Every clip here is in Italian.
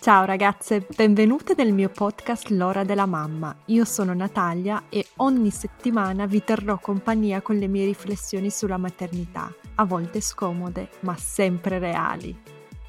Ciao ragazze, benvenute nel mio podcast L'ora della mamma. Io sono Natalia e ogni settimana vi terrò compagnia con le mie riflessioni sulla maternità, a volte scomode, ma sempre reali.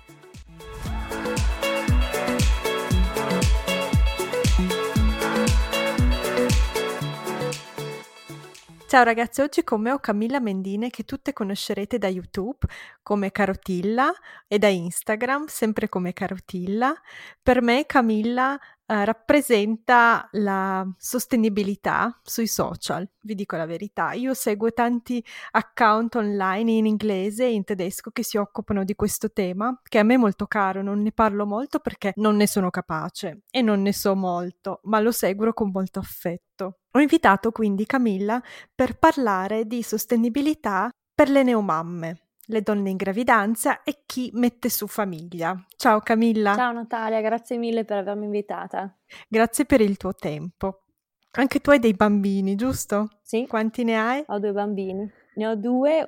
Ciao ragazzi, oggi con me ho Camilla Mendine che tutte conoscerete da YouTube come Carotilla e da Instagram sempre come Carotilla. Per me Camilla rappresenta la sostenibilità sui social, vi dico la verità. Io seguo tanti account online in inglese e in tedesco che si occupano di questo tema, che a me è molto caro, non ne parlo molto perché non ne sono capace e non ne so molto, ma lo seguo con molto affetto. Ho invitato quindi Camilla per parlare di sostenibilità per le neomamme, le donne in gravidanza e chi mette su famiglia. Ciao Camilla, Ciao Natalia, grazie mille per avermi invitata. grazie per il tuo tempo. Anche tu hai dei bambini, giusto? Sì, Quanti ne hai? ho 2 bambini. Ne ho 2,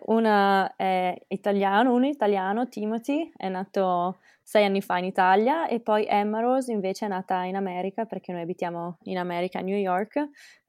uno italiano, Timothy, è nato 6 anni fa in Italia, e poi Emma Rose invece è nata in America, perché noi abitiamo in America, a New York,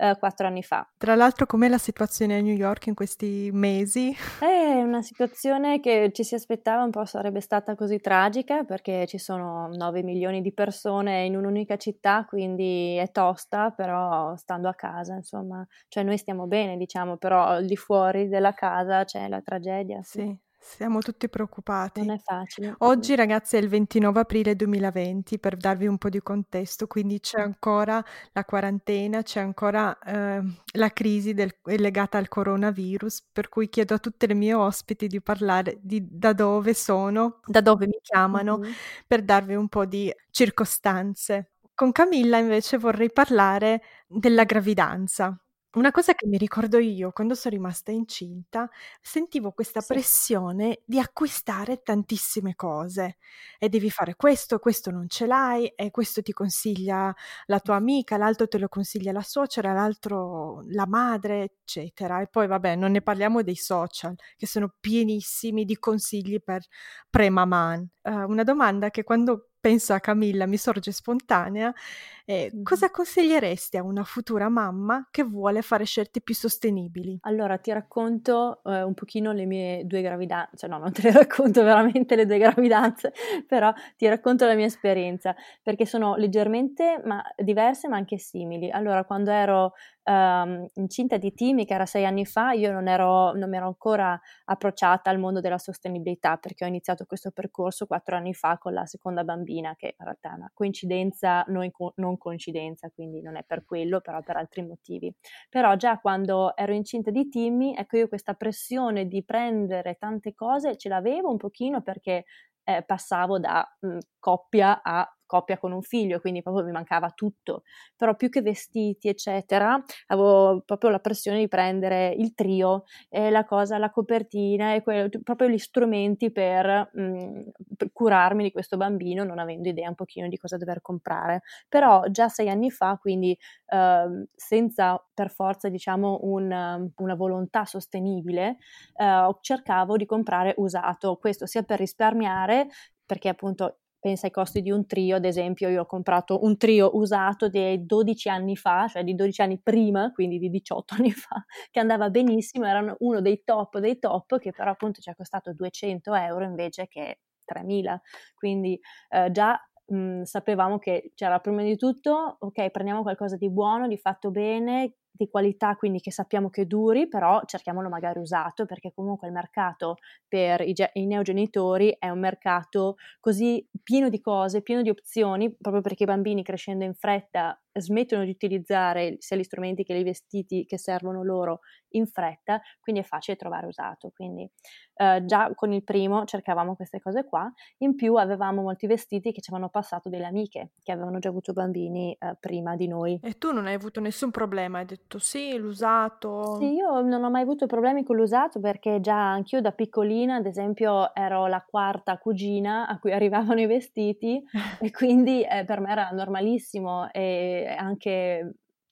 4 anni fa. Tra l'altro, com'è la situazione a New York in questi mesi? È una situazione che ci si aspettava un po' sarebbe stata così tragica, perché ci sono 9 milioni di persone in un'unica città, quindi è tosta, però stando a casa, insomma, cioè noi stiamo bene, diciamo, però al di fuori della casa c'è la tragedia, sì. Sì, siamo tutti Non preoccupati. è facile. Oggi, ragazzi, è il 29 aprile 2020, per darvi un po' di contesto, quindi c'è ancora la quarantena, c'è ancora la crisi legata al coronavirus, per cui chiedo a tutte le mie ospiti di parlare di da dove sono, da dove mi chiamano, Mh-mh. per darvi un po' di circostanze. Con Camilla invece vorrei parlare della gravidanza. Una cosa che mi ricordo io quando sono rimasta incinta, sentivo questa Sì. pressione di acquistare tantissime cose e devi fare questo, questo non ce l'hai e questo ti consiglia la tua amica, l'altro te lo consiglia la suocera, l'altro la madre, eccetera. E poi vabbè, non ne parliamo dei social che sono pienissimi di consigli per pre-maman. Una domanda che quando penso a Camilla mi sorge spontanea: Mh-mh. cosa consiglieresti a una futura mamma che vuole fare scelte più sostenibili? Allora ti racconto, un pochino le mie 2 cioè no, non te le racconto veramente le 2 gravidanze, però ti racconto la mia esperienza, perché sono leggermente diverse ma anche simili. Allora quando ero, incinta di Timmy, che era 6 anni fa, io non mi ero ancora approcciata al mondo della sostenibilità, perché ho iniziato questo percorso 4 anni fa con la seconda bambina, che in realtà è una coincidenza non coincidenza, quindi non è per quello, però per altri motivi. Però già quando ero incinta di Timmy, ecco, io questa pressione di prendere tante cose ce l'avevo un pochino, perché passavo da coppia a coppia con un figlio, quindi proprio mi mancava tutto. Però più che vestiti eccetera, avevo proprio la pressione di prendere il trio, la copertina e proprio gli strumenti per curarmi di questo bambino, non avendo idea un pochino di cosa dover comprare. Però già 6 anni fa, quindi senza per forza, diciamo, una volontà sostenibile, cercavo di comprare usato. Questo sia per risparmiare, perché appunto pensa ai costi di un trio, ad esempio io ho comprato un trio usato di 12 anni fa, cioè di 12 anni prima, quindi di 18 anni fa, che andava benissimo, era uno dei top, che però appunto ci è costato 200 euro invece che 3.000. Quindi già sapevamo che c'era prima di tutto, ok, prendiamo qualcosa di buono, di fatto bene, di qualità, quindi che sappiamo che duri, però cerchiamolo magari usato, perché comunque il mercato per i neogenitori è un mercato così pieno di cose, pieno di opzioni, proprio perché i bambini, crescendo in fretta, smettono di utilizzare sia gli strumenti che i vestiti che servono loro in fretta, quindi è facile trovare usato. Quindi già con il primo cercavamo queste cose qua. In più avevamo molti vestiti che ci avevano passato delle amiche che avevano già avuto bambini prima di noi. E tu non hai avuto nessun problema, hai detto sì, l'usato. Sì, io non ho mai avuto problemi con l'usato, perché già anch'io da piccolina, ad esempio, ero la quarta cugina a cui arrivavano i vestiti, e quindi per me era normalissimo, e anche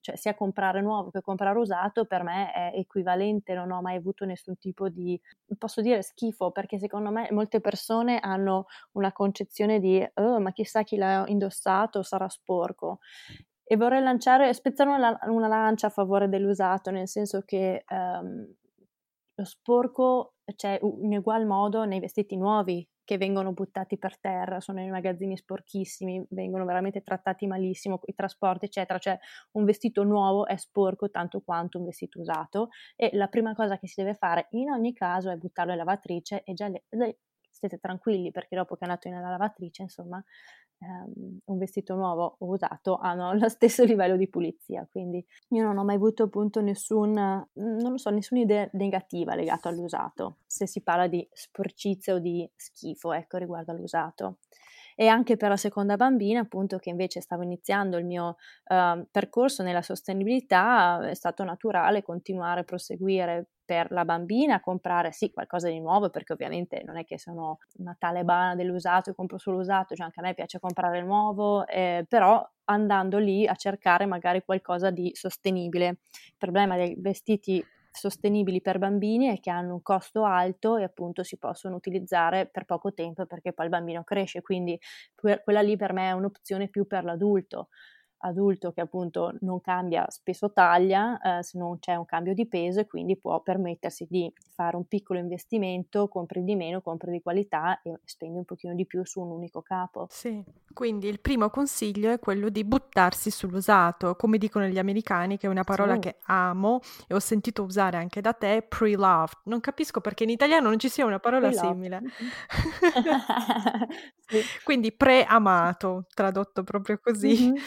cioè sia comprare nuovo che comprare usato per me è equivalente, non ho mai avuto nessun tipo di, posso dire, schifo, perché secondo me molte persone hanno una concezione di "Oh, ma chissà chi l'ha indossato, sarà sporco". E vorrei spezzare una lancia a favore dell'usato, nel senso che lo sporco c'è in ugual modo nei vestiti nuovi che vengono buttati per terra, sono nei magazzini sporchissimi, vengono veramente trattati malissimo, i trasporti eccetera, cioè un vestito nuovo è sporco tanto quanto un vestito usato e la prima cosa che si deve fare in ogni caso è buttarlo in lavatrice e già lì siete tranquilli perché dopo che è andato nella lavatrice, insomma, un vestito nuovo o usato hanno lo stesso livello di pulizia, quindi io non ho mai avuto appunto non lo so, nessuna idea negativa legata all'usato, se si parla di sporcizia o di schifo, ecco, riguardo all'usato. E anche per la seconda bambina, appunto, che invece stavo iniziando il mio percorso nella sostenibilità, è stato naturale continuare a proseguire per la bambina, comprare sì qualcosa di nuovo, perché ovviamente non è che sono una talebana dell'usato e compro solo usato, cioè anche a me piace comprare il nuovo, però andando lì a cercare magari qualcosa di sostenibile. Il problema dei vestiti sostenibili per bambini è che hanno un costo alto e appunto si possono utilizzare per poco tempo perché poi il bambino cresce, quindi quella lì per me è un'opzione più per l'adulto che appunto non cambia spesso taglia se non c'è un cambio di peso e quindi può permettersi di fare un piccolo investimento, compri di meno, compri di qualità e spendi un pochino di più su un unico capo. Sì, quindi il primo consiglio è quello di buttarsi sull'usato, come dicono gli americani, che è una Sì, parola che amo e ho sentito usare anche da te, pre-loved. Non capisco perché in italiano non ci sia una parola pre-loved. simile. Sì. Quindi pre-amato, tradotto proprio così, Mhm.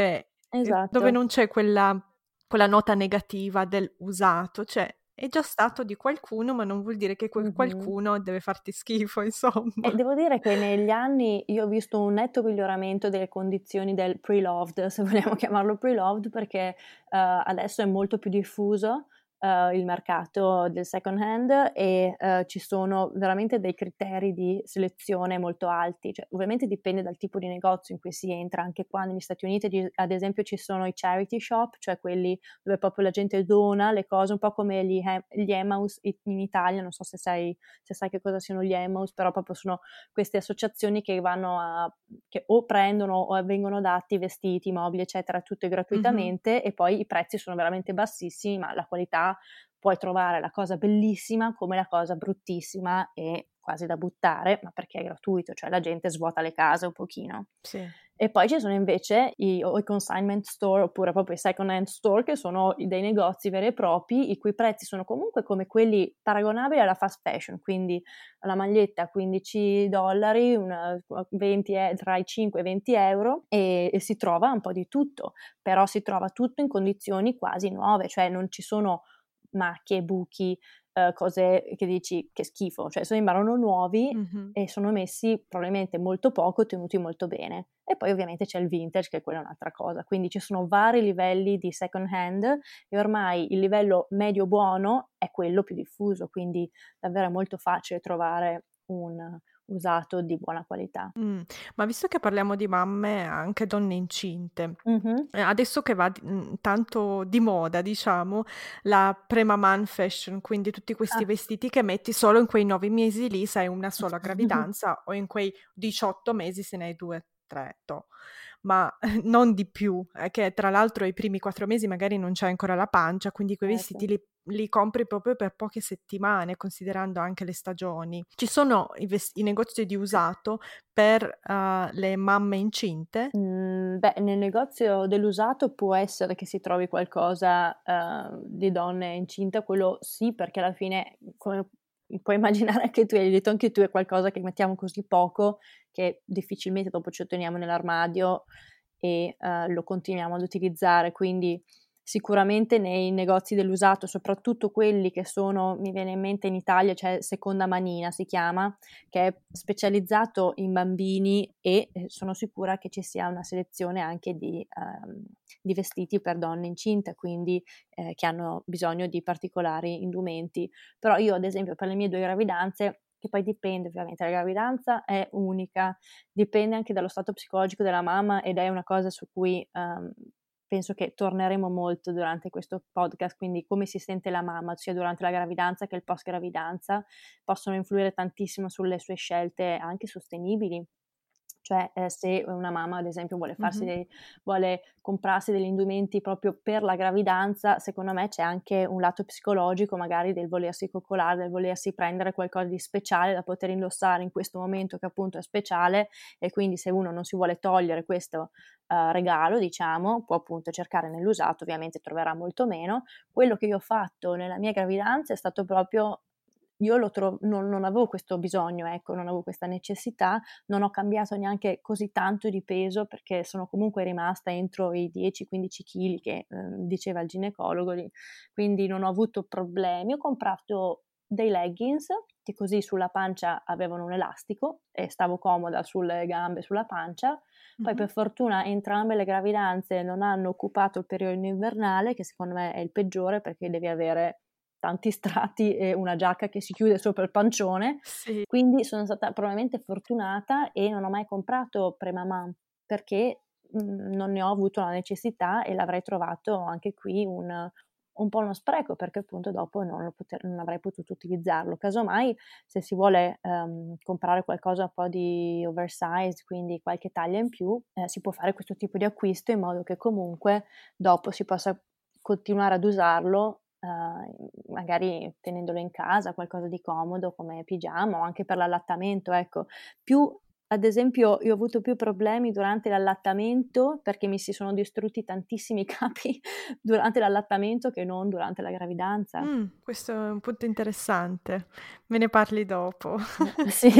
dove Esatto. non c'è quella nota negativa del usato, cioè è già stato di qualcuno, ma non vuol dire che quel Mhm. qualcuno deve farti schifo, insomma. E devo dire che negli anni io ho visto un netto miglioramento delle condizioni del pre-loved, se vogliamo chiamarlo pre-loved, perché adesso è molto più diffuso il mercato del second hand e ci sono veramente dei criteri di selezione molto alti. Cioè, ovviamente dipende dal tipo di negozio in cui si entra. Anche qua negli Stati Uniti, ad esempio, ci sono i charity shop, cioè quelli dove proprio la gente dona le cose, un po' come gli Emmaus in Italia, non so se sai che cosa siano gli Emmaus, però proprio sono queste associazioni che che o prendono o vengono dati vestiti, mobili, eccetera, tutto Mhm. gratuitamente e poi i prezzi sono veramente bassissimi, ma la qualità puoi trovare la cosa bellissima come la cosa bruttissima e quasi da buttare, ma perché è gratuito, cioè la gente svuota le case un pochino. Sì. E poi ci sono invece i consignment store oppure proprio i second hand store che sono dei negozi veri e propri i cui prezzi sono comunque come quelli paragonabili alla fast fashion, quindi la maglietta a $15, 20, tra i 5 e i 20 euro e si trova un po' di tutto, però si trova tutto in condizioni quasi nuove, cioè non ci sono macchie, buchi, cose che dici che schifo, cioè sembrano nuovi Mhm. e sono messi probabilmente molto poco, tenuti molto bene. E poi ovviamente c'è il vintage, che quella è un'altra cosa. Quindi ci sono vari livelli di second hand e ormai il livello medio buono è quello più diffuso, quindi davvero è molto facile trovare un usato di buona qualità. Ma visto che parliamo di mamme, anche donne incinte, Mhm. adesso che va tanto di moda, diciamo, la pre-maman fashion, quindi tutti questi Ah. vestiti che metti solo in quei 9 mesi lì se hai una sola gravidanza o in quei 18 mesi se ne hai 2, 3, toh. Ma non di più, che tra l'altro i primi 4 mesi magari non c'hai ancora la pancia, quindi quei vestiti Certo. li compri proprio per poche settimane, considerando anche le stagioni. Ci sono i negozi di usato per le mamme incinte? Beh, nel negozio dell'usato può essere che si trovi qualcosa, di donne incinta, quello sì, perché alla fine, come puoi immaginare anche tu, hai detto anche tu, è qualcosa che mettiamo così poco che difficilmente dopo ce lo teniamo nell'armadio e, lo continuiamo ad utilizzare. Quindi sicuramente nei negozi dell'usato, soprattutto quelli che sono mi viene in mente in Italia c'è Seconda Manina si chiama, che è specializzato in bambini e sono sicura che ci sia una selezione anche di vestiti per donne incinte, quindi che hanno bisogno di particolari indumenti. Però io ad esempio per le mie 2 gravidanze, che poi dipende ovviamente, la gravidanza è unica, dipende anche dallo stato psicologico della mamma ed è una cosa su cui penso che torneremo molto durante questo podcast, quindi come si sente la mamma, sia durante la gravidanza che il post gravidanza, possono influire tantissimo sulle sue scelte anche sostenibili. Cioè, se una mamma ad esempio Mh-mh. vuole comprarsi degli indumenti proprio per la gravidanza, secondo me c'è anche un lato psicologico magari del volersi coccolare, del volersi prendere qualcosa di speciale da poter indossare in questo momento che appunto è speciale, e quindi se uno non si vuole togliere questo regalo, diciamo, può appunto cercare nell'usato, ovviamente troverà molto meno. Quello che io ho fatto nella mia gravidanza è stato proprio, io non avevo questo bisogno, ecco, non avevo questa necessità, non ho cambiato neanche così tanto di peso perché sono comunque rimasta entro i 10-15 kg che diceva il ginecologo, quindi non ho avuto problemi. Ho comprato dei leggings che così sulla pancia avevano un elastico e stavo comoda sulle gambe, sulla pancia. Poi Mh-mh. per fortuna entrambe le gravidanze non hanno occupato il periodo invernale, che secondo me è il peggiore perché devi avere tanti strati e una giacca che si chiude sopra il pancione, Sì. quindi sono stata probabilmente fortunata e non ho mai comprato pre-mamà perché non ne ho avuto la necessità e l'avrei trovato anche qui un po' uno spreco perché appunto dopo non avrei potuto utilizzarlo. Casomai se si vuole comprare qualcosa un po' di oversize, quindi qualche taglia in più, si può fare questo tipo di acquisto in modo che comunque dopo si possa continuare ad usarlo, magari tenendolo in casa, qualcosa di comodo come pigiama o anche per l'allattamento, ecco. Più ad esempio io ho avuto più problemi durante l'allattamento perché mi si sono distrutti tantissimi capi durante l'allattamento che non durante la gravidanza. Questo è un punto interessante. Me ne parli dopo. Sì.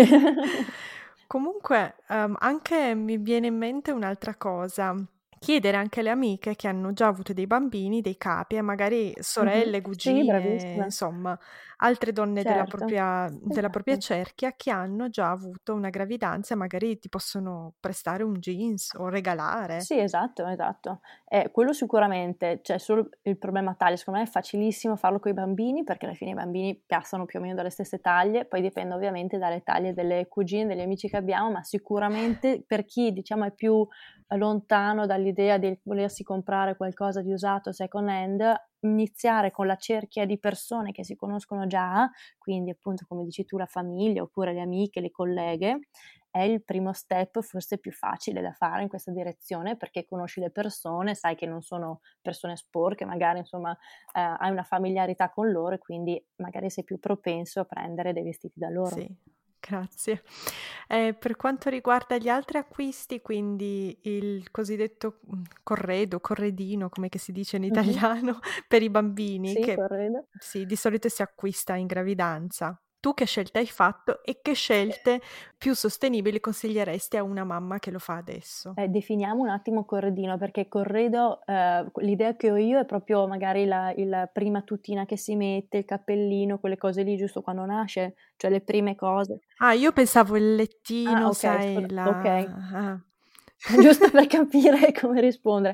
Comunque, anche mi viene in mente un'altra cosa: chiedere anche alle amiche che hanno già avuto dei bambini, dei capi e magari Mh-mh. sorelle, Sì, cugine, bravissima. insomma, altre donne Certo, della propria esatto. cerchia che hanno già avuto una gravidanza e magari ti possono prestare un jeans o regalare. Sì, esatto, esatto. Quello sicuramente, c'è solo il problema taglia, secondo me è facilissimo farlo coi bambini, perché alla fine i bambini piazzano più o meno dalle stesse taglie, poi dipende ovviamente dalle taglie delle cugine, degli amici che abbiamo, ma sicuramente per chi diciamo è più lontano dall'idea di volersi comprare qualcosa di usato second hand, iniziare con la cerchia di persone che si conoscono già, quindi appunto come dici tu la famiglia oppure le amiche, le colleghe, è il primo step forse più facile da fare in questa direzione perché conosci le persone, sai che non sono persone sporche, magari insomma hai una familiarità con loro e quindi magari sei più propenso a prendere dei vestiti da loro. Sì, grazie. Per quanto riguarda gli altri acquisti, quindi il cosiddetto, corredo, corredino, come che si dice in Mh-mh. italiano, per i bambini Sì, che corredo. sì, di solito si acquista in gravidanza. Tu che scelte hai fatto e che scelte più sostenibili consiglieresti a una mamma che lo fa adesso? Definiamo un attimo corredino, perché corredo, l'idea che ho io è proprio magari la prima tutina che si mette, il cappellino, quelle cose lì giusto quando nasce, cioè le prime cose. Ah, io pensavo il Ah, lettino, okay, sai, scusa, okay. ah. Giusto per capire come rispondere.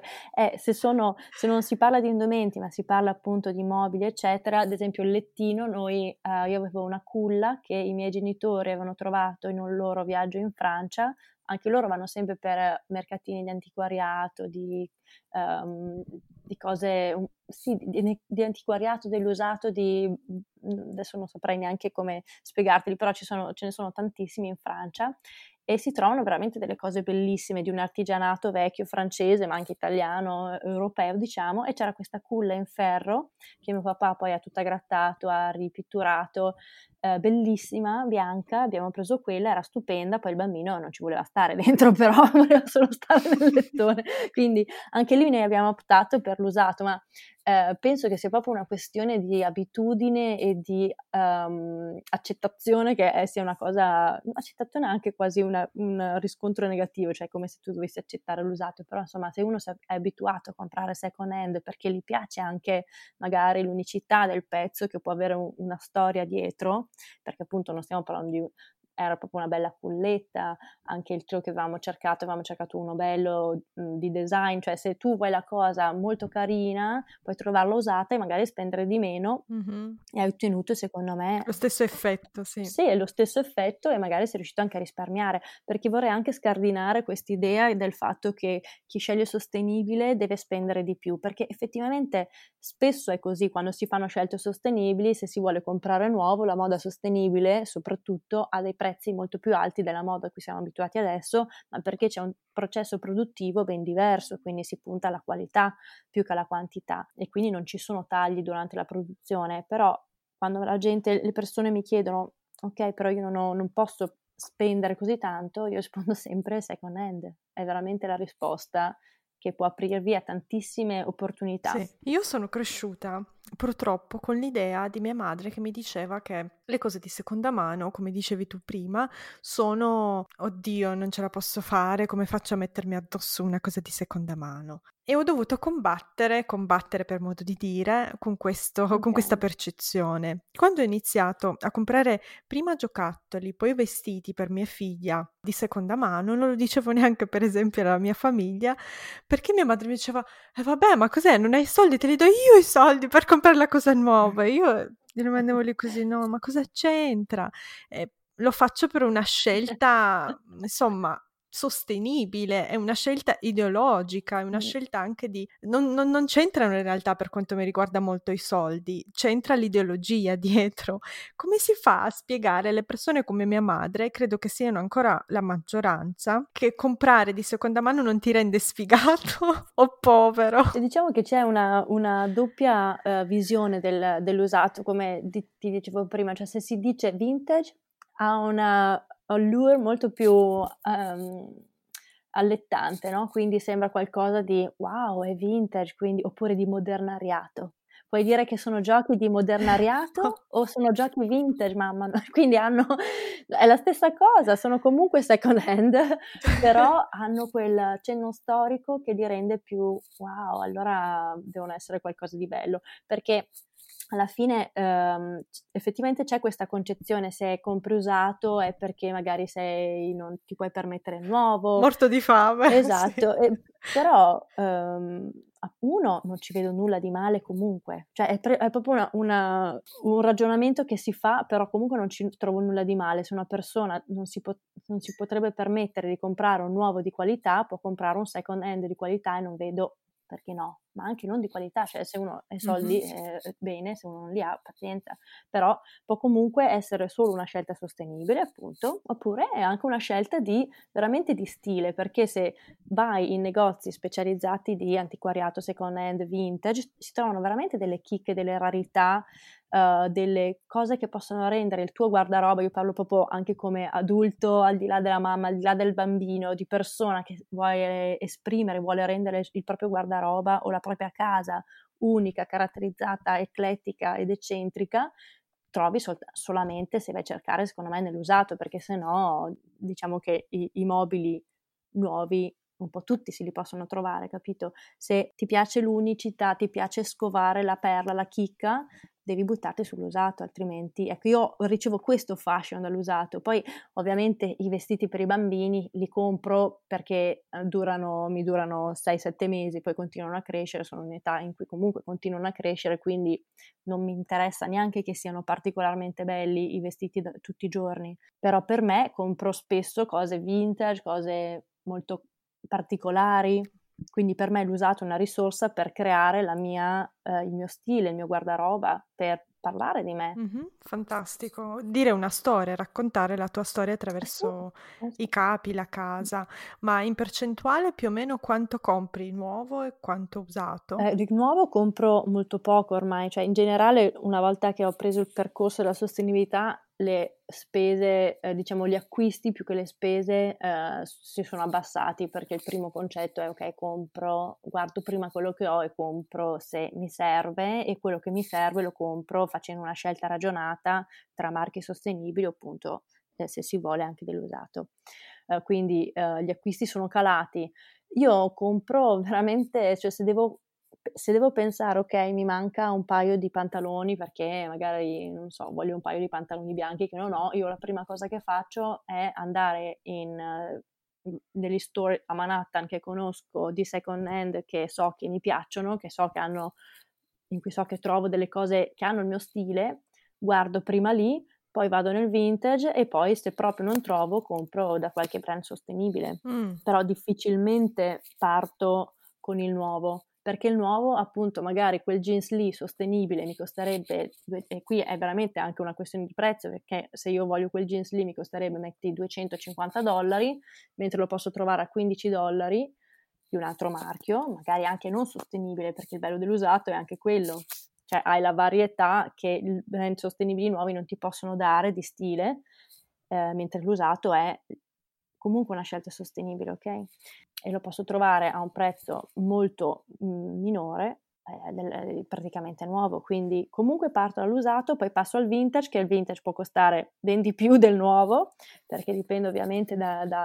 Se non si parla di indumenti, ma si parla appunto di mobili, eccetera, ad esempio il lettino io avevo una culla che i miei genitori avevano trovato in un loro viaggio in Francia, anche loro vanno sempre per mercatini di antiquariato, di cose sì, di antiquariato, dell'usato, adesso non saprei neanche come spiegarteli, però ce ne sono tantissimi in Francia e si trovano veramente delle cose bellissime di un artigianato vecchio francese, ma anche italiano, europeo diciamo, e c'era questa culla in ferro che mio papà poi ha tutta grattato, ha ripitturato, bellissima, bianca, abbiamo preso quella, era stupenda, poi il bambino non ci voleva stare dentro però, voleva solo stare nel lettone, quindi anche lì noi abbiamo optato per l'usato, ma penso che sia proprio una questione di abitudine e di accettazione che sia una cosa, accettazione è anche quasi un riscontro negativo, cioè come se tu dovessi accettare l'usato, però insomma se uno è abituato a comprare second hand perché gli piace anche magari l'unicità del pezzo che può avere una storia dietro, perché appunto non stiamo parlando era proprio una bella culletta, anche il ciò che avevamo cercato uno bello di design, cioè se tu vuoi la cosa molto carina puoi trovarla usata e magari spendere di meno Mh-mh. e hai ottenuto secondo me Lo stesso effetto, sì. sì, è lo stesso effetto e magari sei riuscito anche a risparmiare, perché vorrei anche scardinare quest'idea del fatto che chi sceglie sostenibile deve spendere di più, perché effettivamente spesso è così, quando si fanno scelte sostenibili, se si vuole comprare nuovo, la moda sostenibile soprattutto ha dei prezzi molto più alti della moda a cui siamo abituati adesso, ma perché c'è un processo produttivo ben diverso, quindi si punta alla qualità più che alla quantità e quindi non ci sono tagli durante la produzione, però quando le persone mi chiedono ok, però io non posso spendere così tanto, io rispondo sempre second hand, è veramente la risposta che può aprirvi a tantissime opportunità. Sì, io sono cresciuta purtroppo con l'idea di mia madre che mi diceva che le cose di seconda mano, come dicevi tu prima, sono, oddio, non ce la posso fare, come faccio a mettermi addosso una cosa di seconda mano? E ho dovuto combattere per modo di dire, con con questa Ok. percezione. Quando ho iniziato a comprare prima giocattoli, poi vestiti per mia figlia di seconda mano, non lo dicevo neanche per esempio alla mia famiglia, perché mia madre mi diceva vabbè, ma cos'è? Non hai i soldi? Te li do io i soldi per comprare la cosa nuova. Io gli rimanevo lì così, no, ma cosa c'entra? Lo faccio per una scelta, insomma, sostenibile, è una scelta ideologica, è una Mm. scelta anche di... Non c'entrano in realtà per quanto mi riguarda molto i soldi, c'entra l'ideologia dietro. Come si fa a spiegare alle persone come mia madre, credo che siano ancora la maggioranza, che comprare di seconda mano non ti rende sfigato o povero? E diciamo che c'è una doppia visione dell'usato, come ti dicevo prima, cioè se si dice vintage ha una allure molto più allettante, no? Quindi sembra qualcosa di wow, è vintage, quindi, oppure di modernariato. Puoi dire che sono giochi di modernariato o sono giochi vintage, mamma, quindi è la stessa cosa, sono comunque second hand, però hanno quel cenno storico che li rende più wow, allora devono essere qualcosa di bello, perché alla fine effettivamente c'è questa concezione, se compri usato è perché magari non ti puoi permettere il nuovo. Morto di fame, sì. Esatto, però uno non ci vedo nulla di male comunque, cioè è proprio un ragionamento che si fa, però comunque non ci trovo nulla di male, se una persona non si potrebbe permettere di comprare un nuovo di qualità, può comprare un second hand di qualità e non vedo perché no, ma anche non di qualità, cioè se uno ha i soldi bene, se uno non li ha pazienza, però può comunque essere solo una scelta sostenibile appunto, oppure è anche una scelta veramente di stile, perché se vai in negozi specializzati di antiquariato, second hand, vintage, si trovano veramente delle chicche, delle rarità, delle cose che possono rendere il tuo guardaroba, io parlo proprio anche come adulto, al di là della mamma, al di là del bambino, di persona che vuole esprimere, vuole rendere il proprio guardaroba o la propria casa unica, caratterizzata, eclettica ed eccentrica, trovi solamente se vai a cercare, secondo me, nell'usato, perché se no, diciamo che i mobili nuovi un po' tutti si li possono trovare, capito? Se ti piace l'unicità, ti piace scovare la perla, la chicca, devi buttarti sull'usato, altrimenti, ecco, io ricevo questo fascino dall'usato. Poi ovviamente i vestiti per i bambini li compro perché mi durano 6-7 mesi, poi continuano a crescere, sono in età in cui comunque continuano a crescere, quindi non mi interessa neanche che siano particolarmente belli i vestiti tutti i giorni, però per me compro spesso cose vintage, cose molto particolari, quindi per me l'usato è una risorsa per creare il mio stile, il mio guardaroba, per parlare di me. Fantastico. Dire una storia, raccontare la tua storia Eh sì, attraverso eh i sì. capi, la casa, ma in percentuale più o meno quanto compri nuovo e quanto usato? Di nuovo compro molto poco ormai, cioè in generale una volta che ho preso il percorso della sostenibilità, le spese, diciamo gli acquisti più che le spese si sono abbassati, perché il primo concetto è ok, guardo prima quello che ho e compro se mi serve, e quello che mi serve lo compro facendo una scelta ragionata tra marche sostenibili o appunto se si vuole anche dell'usato. Quindi gli acquisti sono calati. Io compro veramente, cioè se devo se devo pensare, ok, mi manca un paio di pantaloni perché magari, non so, voglio un paio di pantaloni bianchi che non ho, io la prima cosa che faccio è andare negli store a Manhattan che conosco di second hand, che so che mi piacciono, che so che hanno, in cui so che trovo delle cose che hanno il mio stile, guardo prima lì, poi vado nel vintage e poi se proprio non trovo compro da qualche brand sostenibile. Però difficilmente parto con il nuovo, perché il nuovo, appunto, magari quel jeans lì sostenibile mi costerebbe, e qui è veramente anche una questione di prezzo, perché se io voglio quel jeans lì mi costerebbe, metti, $250, mentre lo posso trovare a $15 di un altro marchio, magari anche non sostenibile, perché il bello dell'usato è anche quello, cioè hai la varietà che i brand sostenibili nuovi non ti possono dare di stile, mentre l'usato è comunque una scelta sostenibile, ok? E lo posso trovare a un prezzo molto minore, praticamente nuovo, quindi comunque parto dall'usato, poi passo al vintage, che il vintage può costare ben di più del nuovo, perché dipende ovviamente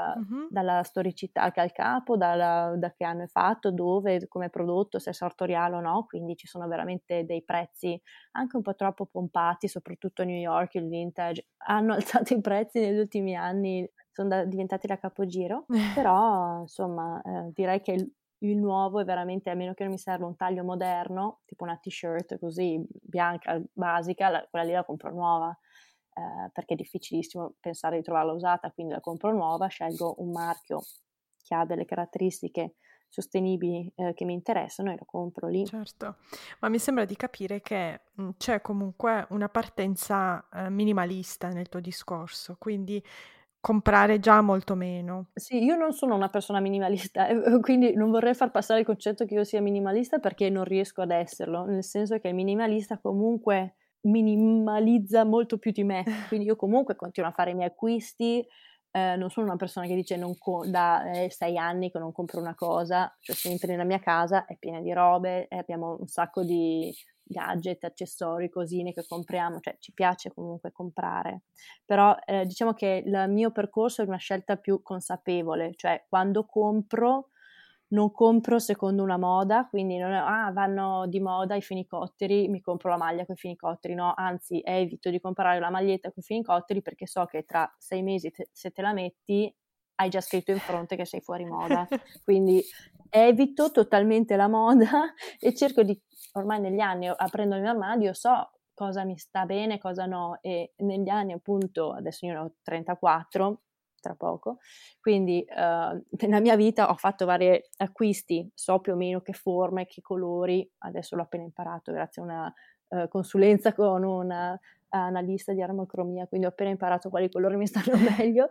dalla storicità che ha il capo, da che anno è fatto, dove, come è prodotto, se è sartoriale o no, quindi ci sono veramente dei prezzi anche un po' troppo pompati, soprattutto a New York il vintage, hanno alzato i prezzi negli ultimi anni, sono diventati da capogiro, però insomma direi che il nuovo è veramente, a meno che non mi serva un taglio moderno, tipo una t-shirt così bianca, basica, quella lì la compro nuova, perché è difficilissimo pensare di trovarla usata, quindi la compro nuova, scelgo un marchio che ha delle caratteristiche sostenibili che mi interessano e lo compro lì. Certo, ma mi sembra di capire che c'è comunque una partenza minimalista nel tuo discorso, quindi comprare già molto meno. Sì, io non sono una persona minimalista, quindi non vorrei far passare il concetto che io sia minimalista perché non riesco ad esserlo, nel senso che il minimalista comunque minimalizza molto più di me, quindi io comunque continuo a fare i miei acquisti, non sono una persona che dice da 6 anni che non compro una cosa, cioè se entri nella mia casa è piena di robe, abbiamo un sacco di gadget, accessori, cosine che compriamo, cioè ci piace comunque comprare. Però diciamo che il mio percorso è una scelta più consapevole, cioè quando compro non compro secondo una moda, quindi non è vanno di moda i fenicotteri, mi compro la maglia con i fenicotteri, no, anzi evito di comprare la maglietta con i fenicotteri perché so che tra 6 mesi se te la metti hai già scritto in fronte che sei fuori moda, quindi evito totalmente la moda e cerco di, ormai negli anni aprendo il mio armadio so cosa mi sta bene, cosa no, e negli anni appunto, adesso io ne ho 34, tra poco, quindi nella mia vita ho fatto vari acquisti, so più o meno che forme, che colori, adesso l'ho appena imparato grazie a una consulenza con una analista di armocromia, quindi ho appena imparato quali colori mi stanno meglio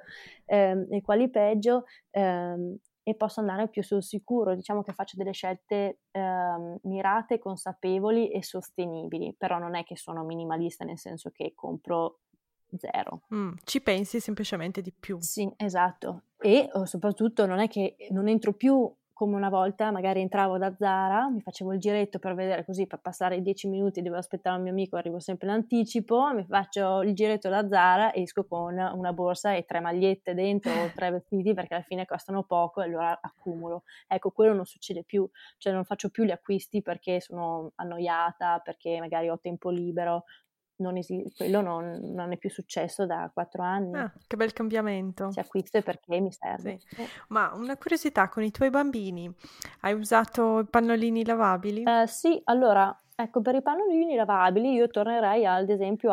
e quali peggio, e posso andare più sul sicuro, diciamo che faccio delle scelte mirate, consapevoli e sostenibili, però non è che sono minimalista nel senso che compro zero. Ci pensi semplicemente di più. Sì, esatto. E soprattutto non è che non entro più come una volta, magari entravo da Zara, mi facevo il giretto per vedere così, per passare i 10 minuti, devo aspettare un mio amico, arrivo sempre in anticipo, mi faccio il giretto da Zara, esco con una borsa e 3 magliette dentro o 3 vestiti perché alla fine costano poco e allora accumulo. Ecco, quello non succede più, cioè non faccio più gli acquisti perché sono annoiata, perché magari ho tempo libero, quello non è più successo da 4 anni. Che bel cambiamento. Se acquisto è perché mi serve. Sì. Ma una curiosità, con i tuoi bambini hai usato i pannolini lavabili? Sì, allora, ecco, per i pannolini lavabili io tornerei ad esempio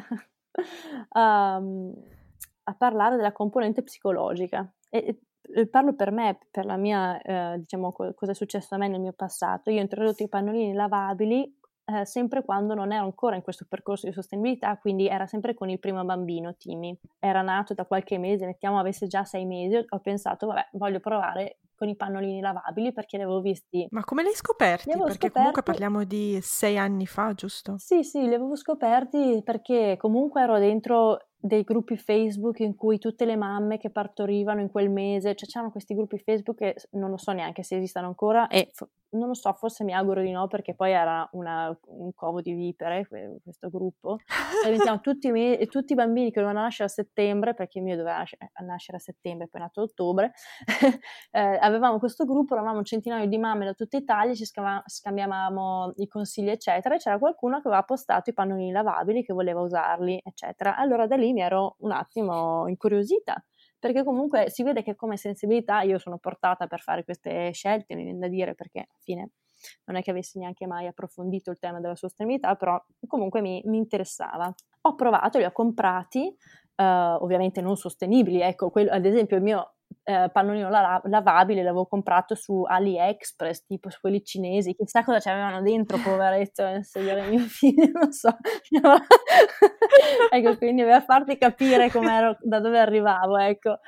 a parlare della componente psicologica. E parlo per me, per la mia, diciamo, cosa è successo a me nel mio passato. Io ho introdotto i pannolini lavabili sempre quando non ero ancora in questo percorso di sostenibilità, quindi era sempre con il primo bambino, Timmy. Era nato da qualche mese, mettiamo avesse già 6 mesi, ho pensato, vabbè, voglio provare con i pannolini lavabili perché li avevo visti. Ma come li hai scoperti? Perché comunque parliamo di 6 anni fa, giusto? Sì, li avevo scoperti perché comunque ero dentro dei gruppi Facebook in cui tutte le mamme che partorivano in quel mese, cioè c'erano questi gruppi Facebook che non lo so neanche se esistano ancora e non lo so, forse mi auguro di no perché poi era un covo di vipere questo gruppo. Diventiamo tutti i bambini che dovevano nascere a settembre, perché il mio doveva nascere a settembre, poi è nato a ottobre. Avevamo questo gruppo, eravamo un centinaio di mamme da tutta Italia, ci scambiavamo i consigli eccetera, e c'era qualcuno che aveva postato i pannolini lavabili che voleva usarli eccetera. Allora da lì mi ero un attimo incuriosita, perché comunque si vede che come sensibilità io sono portata per fare queste scelte, mi viene da dire, perché alla fine non è che avessi neanche mai approfondito il tema della sostenibilità, però comunque mi interessava. Ho provato, li ho comprati, ovviamente non sostenibili, ecco, ad esempio il mio pannolino lavabile l'avevo comprato su AliExpress, tipo su quelli cinesi, chissà cosa c'avevano dentro, poveretto, nel sedere mio figlio, non so. Ecco, quindi per farti capire da dove arrivavo, ecco.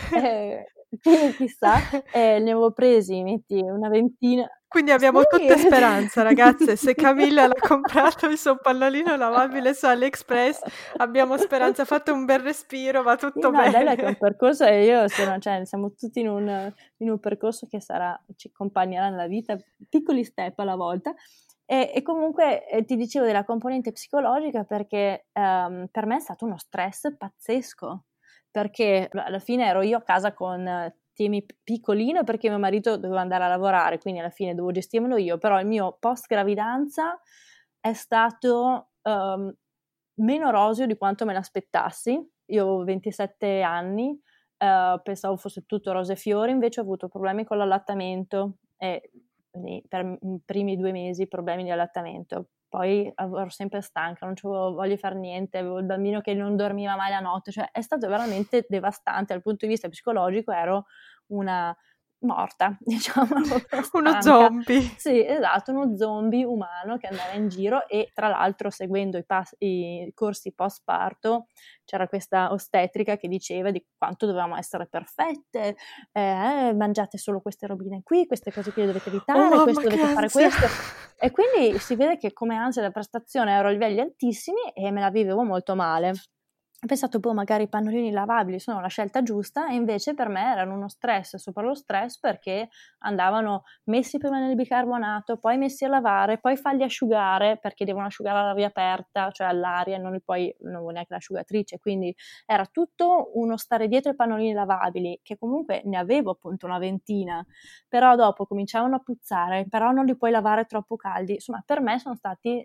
Quindi chissà, ne avevo presi, metti, una ventina. Quindi abbiamo Sì. tutte speranza, ragazze. Se Camilla l'ha comprato il suo pannolino lavabile su AliExpress, abbiamo speranza. Fate un bel respiro, va tutto no, bello è che è un bene. percorso e io cioè, siamo tutti in un percorso che ci accompagnerà nella vita, piccoli step alla volta. E comunque ti dicevo della componente psicologica perché per me è stato uno stress pazzesco, perché alla fine ero io a casa con Temi piccolino perché mio marito doveva andare a lavorare, quindi alla fine dovevo gestirmelo io, però il mio post gravidanza è stato meno roseo di quanto me l'aspettassi. Io avevo 27 anni, pensavo fosse tutto rose e fiori, invece ho avuto problemi con l'allattamento e per i primi 2 mesi problemi di allattamento. Poi ero sempre stanca, non c'avevo voglia di fare niente, avevo il bambino che non dormiva mai la notte, cioè è stato veramente devastante dal punto di vista psicologico, ero una morta, diciamo, proprio Uno stanca. zombie. Sì, esatto, uno zombie umano che andava in giro e tra l'altro seguendo i corsi post parto c'era questa ostetrica che diceva di quanto dovevamo essere perfette, mangiate solo queste robine qui, queste cose qui le dovete Oh evitare, mamma, questo che dovete fare ansia! questo. E quindi si vede che come ansia da prestazione ero a livelli altissimi e me la vivevo molto male. Ho pensato, magari i pannolini lavabili sono la scelta giusta e invece per me erano uno stress sopra lo stress perché andavano messi prima nel bicarbonato, poi messi a lavare, poi farli asciugare perché devono asciugare all'aria aperta, ciooi all'aria, non avevo neanche l'asciugatrice, quindi era tutto uno stare dietro ai pannolini lavabili, che comunque ne avevo appunto una ventina, però dopo cominciavano a puzzare, però non li puoi lavare troppo caldi, insomma per me sono stati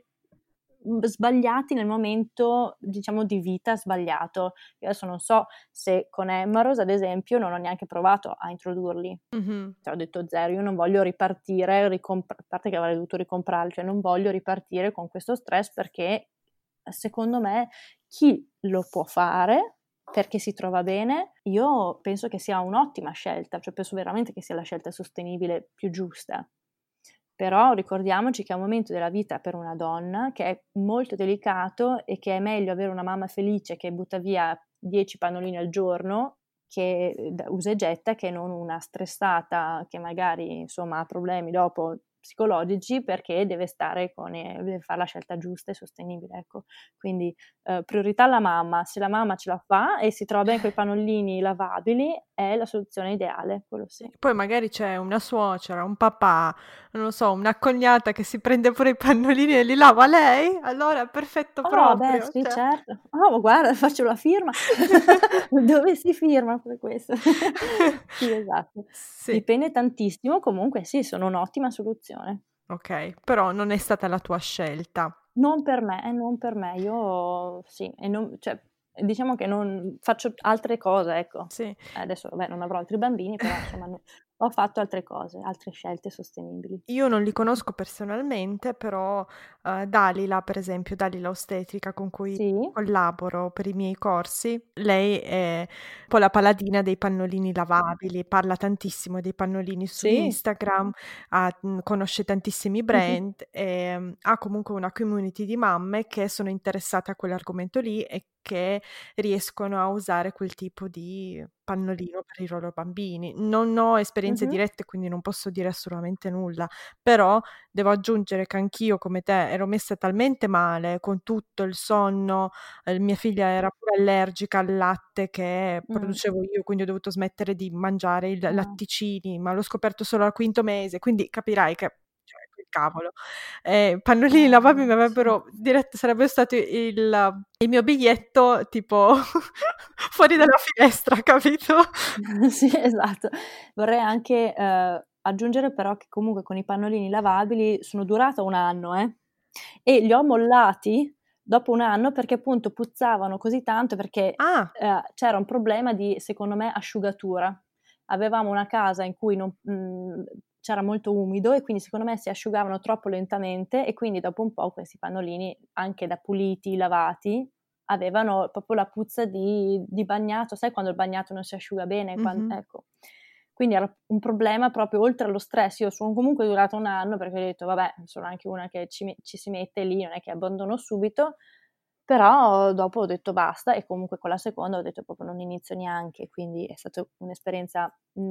sbagliati nel momento, diciamo, di vita sbagliato. Io adesso non so se con Emmaros, ad esempio, non ho neanche provato a introdurli. Mm-hmm. Cioè, ho detto zero, io non voglio ripartire, a parte che avrei dovuto ricomprarli, cioè non voglio ripartire con questo stress perché secondo me chi lo può fare perché si trova bene, io penso che sia un'ottima scelta, cioè penso veramente che sia la scelta sostenibile più giusta. Però ricordiamoci che è un momento della vita per una donna che è molto delicato e che è meglio avere una mamma felice che butta via 10 pannolini al giorno che usa e getta che non una stressata che magari insomma ha problemi dopo psicologici perché deve deve fare la scelta giusta e sostenibile, ecco. Quindi priorità alla mamma, se la mamma ce la fa e si trova bene con i pannolini lavabili è la soluzione ideale, quello sì. Poi magari c'è una suocera, un papà, non lo so, una cognata che si prende pure i pannolini e li lava lei, allora è perfetto Oh, beh, proprio. sì, Cioè. certo. Oh, guarda, faccio la firma. Dove si firma per questo? Sì, esatto. Sì, Dipende tantissimo, comunque sì, sono un'ottima soluzione. ok, però non è stata la tua scelta. Non per me, non per me. Io sì, e cioè, diciamo che non faccio altre cose, ecco. Sì. Adesso, vabbè, non avrò altri bambini, però insomma, ho fatto altre cose, altre scelte sostenibili. Io non li conosco personalmente, però Dalila, per esempio, Dalila ostetrica con cui Sì, collaboro per i miei corsi, lei è un po' la paladina dei pannolini lavabili, parla tantissimo dei pannolini su sì. Instagram, conosce tantissimi brand e ha comunque una community di mamme che sono interessate a quell'argomento lì e che riescono a usare quel tipo di pannolino per i loro bambini. Non ho esperienze Mhm. dirette, quindi non posso dire assolutamente nulla, però devo aggiungere che anch'io, come te, ero messa talmente male con tutto il sonno, mia figlia era pure allergica al latte che Mm. producevo io, quindi ho dovuto smettere di mangiare i Ah, latticini, ma l'ho scoperto solo al quinto mese, quindi capirai che, cioè, che cavolo. Pannolini lavabili mi sì. avrebbero diretto, sarebbe stato il mio biglietto tipo fuori dalla finestra, capito? Sì, esatto. Vorrei anche aggiungere però che comunque con i pannolini lavabili sono durata un anno, e li ho mollati dopo un anno perché appunto puzzavano così tanto perché Ah, c'era un problema di, secondo me, asciugatura. Avevamo una casa in cui c'era molto umido e quindi secondo me si asciugavano troppo lentamente e quindi dopo un po' questi pannolini, anche da puliti, lavati, avevano proprio la puzza di bagnato, sai quando il bagnato non si asciuga bene? mhm. Ecco. Quindi era un problema proprio oltre allo stress. Io sono comunque durata un anno perché ho detto, vabbè, sono anche una che ci si mette lì, non è che abbandono subito, però dopo ho detto basta e comunque con la seconda ho detto proprio non inizio neanche, quindi è stata un'esperienza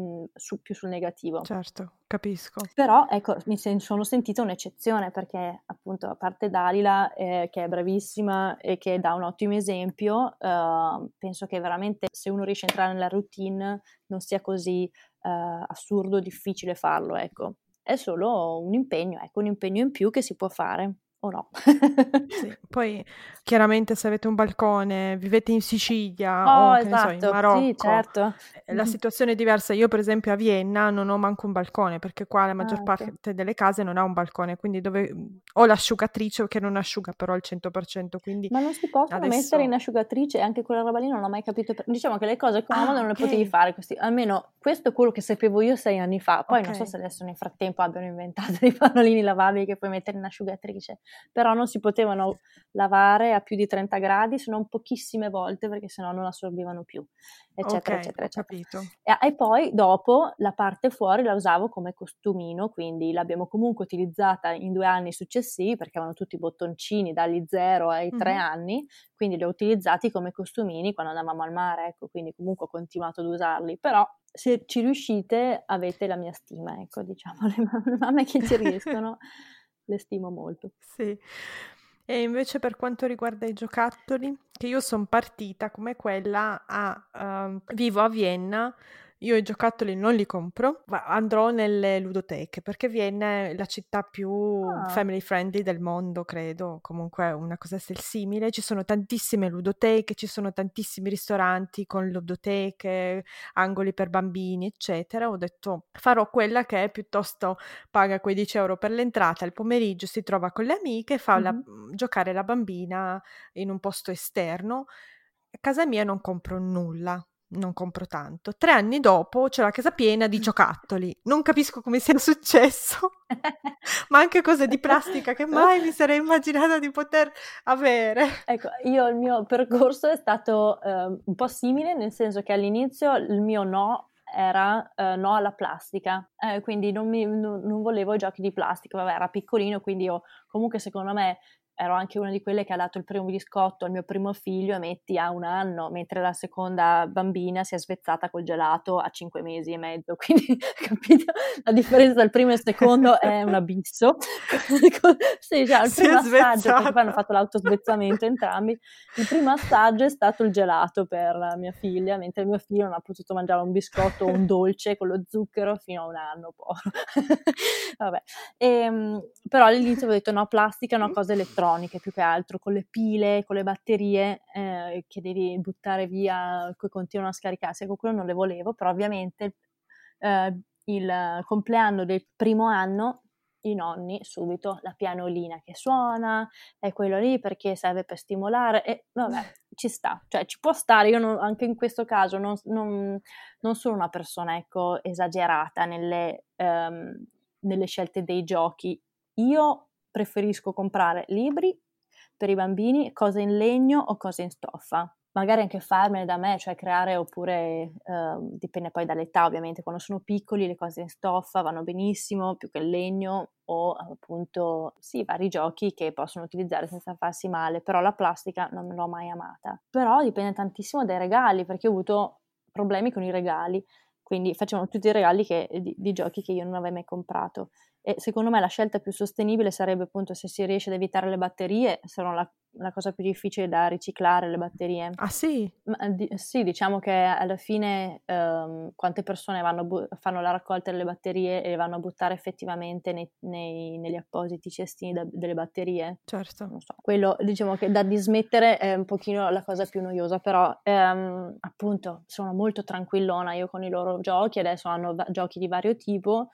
più sul negativo. Certo, capisco. Però ecco, sono sentita un'eccezione perché appunto a parte Dalila che è bravissima e che dà un ottimo esempio, penso che veramente se uno riesce a entrare nella routine non sia così assurdo, difficile farlo, ecco. È solo un impegno, ecco, un impegno in più che si può fare o no. Sì, poi chiaramente se avete un balcone, vivete in Sicilia Oh, o che ne so, in esatto, sì, Marocco, certo. la situazione è diversa. Io per esempio a Vienna non ho manco un balcone perché qua la maggior Ah, ecco. parte delle case non ha un balcone, quindi dove ho l'asciugatrice che non asciuga però al 100%, quindi Ma non si possono mettere in adesso... asciugatrice anche quella roba lì? Non ho mai capito. Diciamo che le cose comode Ah, non le ok, potevi fare così. Almeno questo è quello che sapevo io 6 anni fa. Poi ok, non so se adesso nel frattempo abbiano inventato dei pannolini lavabili che puoi mettere in asciugatrice. Però non si potevano lavare a più di 30 gradi, se non pochissime volte, perché sennò non assorbivano più, ok, eccetera, eccetera, ho eccetera. capito. E poi dopo la parte fuori la usavo come costumino, quindi l'abbiamo comunque utilizzata in 2 anni successivi perché avevano tutti i bottoncini dagli 0 ai 3 Mhm. anni, quindi li ho utilizzati come costumini quando andavamo al mare, ecco, quindi comunque ho continuato ad usarli, però se ci riuscite avete la mia stima, ecco, diciamo, le mamme che ci riescono le stimo molto. Sì. E invece per quanto riguarda i giocattoli, che io sono partita come quella vivo a Vienna, io i giocattoli non li compro, ma andrò nelle ludoteche, perché Vienna è la città più Ah, family friendly del mondo, credo, comunque una cosa del simile. Ci sono tantissime ludoteche, ci sono tantissimi ristoranti con ludoteche, angoli per bambini, eccetera. Ho detto farò quella che è piuttosto paga quei 10 € per l'entrata, il pomeriggio si trova con le amiche e fa mhm. giocare la bambina in un posto esterno. A casa mia non compro nulla, non compro tanto. 3 anni dopo c'è la casa piena di giocattoli. Non capisco come sia successo, ma anche cose di plastica che mai mi sarei immaginata di poter avere. Ecco, io il mio percorso è stato un po' simile, nel senso che all'inizio il mio no era no alla plastica, quindi non volevo i giochi di plastica, vabbè, era piccolino, quindi io comunque secondo me ero anche una di quelle che ha dato il primo biscotto al mio primo figlio e metti a 1 anno, mentre la seconda bambina si è svezzata col gelato a 5 mesi e mezzo, quindi capito? La differenza tra il primo e il secondo è un abisso. Sì, cioè, il Si primo è assaggio, perché poi hanno svezzata. fatto l'autosvezzamento entrambi, il primo assaggio è stato il gelato per la mia figlia, mentre il mio figlio non ha potuto mangiare un biscotto o un dolce con lo zucchero fino a 1 anno, povero. Vabbè. Però all'inizio avevo detto no plastica, no cose elettroniche più che altro, con le pile, con le batterie che devi buttare via, che continuano a scaricarsi, ecco quello non le volevo, però ovviamente il compleanno del primo anno i nonni subito la pianolina che suona, è quello lì perché serve per stimolare e vabbè, ci sta, cioè ci può stare, io anche in questo caso non sono una persona, ecco, esagerata nelle scelte dei giochi. Io preferisco comprare libri per i bambini, cose in legno o cose in stoffa. Magari anche farmene da me, cioè creare oppure dipende poi dall'età ovviamente, quando sono piccoli le cose in stoffa vanno benissimo, più che il legno o appunto sì, vari giochi che possono utilizzare senza farsi male, però la plastica non l'ho mai amata. Però dipende tantissimo dai regali, perché ho avuto problemi con i regali, quindi facevano tutti i regali di giochi che io non avevo mai comprato. E secondo me la scelta più sostenibile sarebbe appunto, se si riesce ad evitare le batterie, sono la cosa più difficile da riciclare, le batterie. Ah sì? Sì, diciamo che alla fine quante persone fanno la raccolta delle batterie e le vanno a buttare effettivamente negli appositi cestini delle batterie. Certo. Non so, quello diciamo che da dismettere è un pochino la cosa più noiosa, però appunto sono molto tranquillona io con i loro giochi, adesso hanno giochi di vario tipo.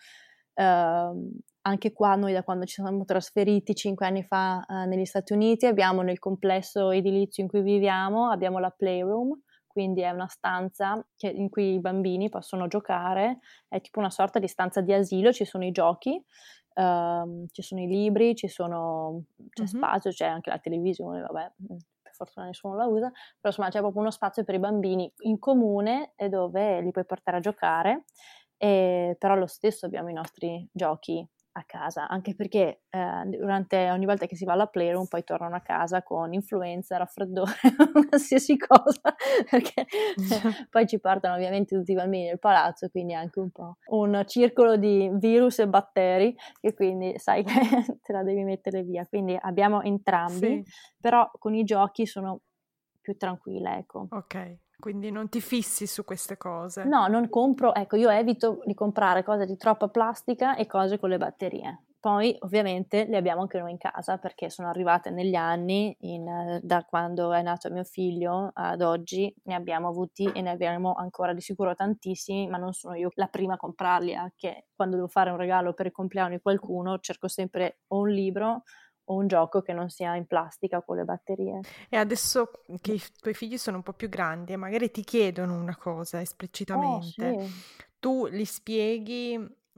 Anche qua noi, da quando ci siamo trasferiti 5 anni fa negli Stati Uniti, abbiamo nel complesso edilizio in cui viviamo, abbiamo la playroom, quindi è una stanza in cui i bambini possono giocare, è tipo una sorta di stanza di asilo, ci sono i giochi, ci sono i libri, c'è spazio, c'è anche la televisione, vabbè, per fortuna nessuno la usa, però insomma c'è proprio uno spazio per i bambini in comune e dove li puoi portare a giocare. Però lo stesso abbiamo i nostri giochi a casa, anche perché ogni volta che si va alla playroom poi tornano a casa con influenza, raffreddore, qualsiasi cosa, perché poi ci portano ovviamente tutti i bambini nel palazzo, quindi anche un po' un circolo di virus e batteri, e quindi sai che te la devi mettere via. Quindi abbiamo entrambi, Sì. però con i giochi sono più tranquilla, ecco. Ok, quindi non ti fissi su queste cose. No, non compro, ecco, io evito di comprare cose di troppa plastica e cose con le batterie. Poi ovviamente le abbiamo anche noi in casa perché sono arrivate negli anni, da quando è nato mio figlio ad oggi, ne abbiamo avuti e ne abbiamo ancora di sicuro tantissimi, ma non sono io la prima a comprarli, anche quando devo fare un regalo per il compleanno di qualcuno cerco sempre o un libro o un gioco che non sia in plastica con le batterie. E adesso che i tuoi figli sono un po' più grandi e magari ti chiedono una cosa Oh esplicitamente, sì. tu gli spieghi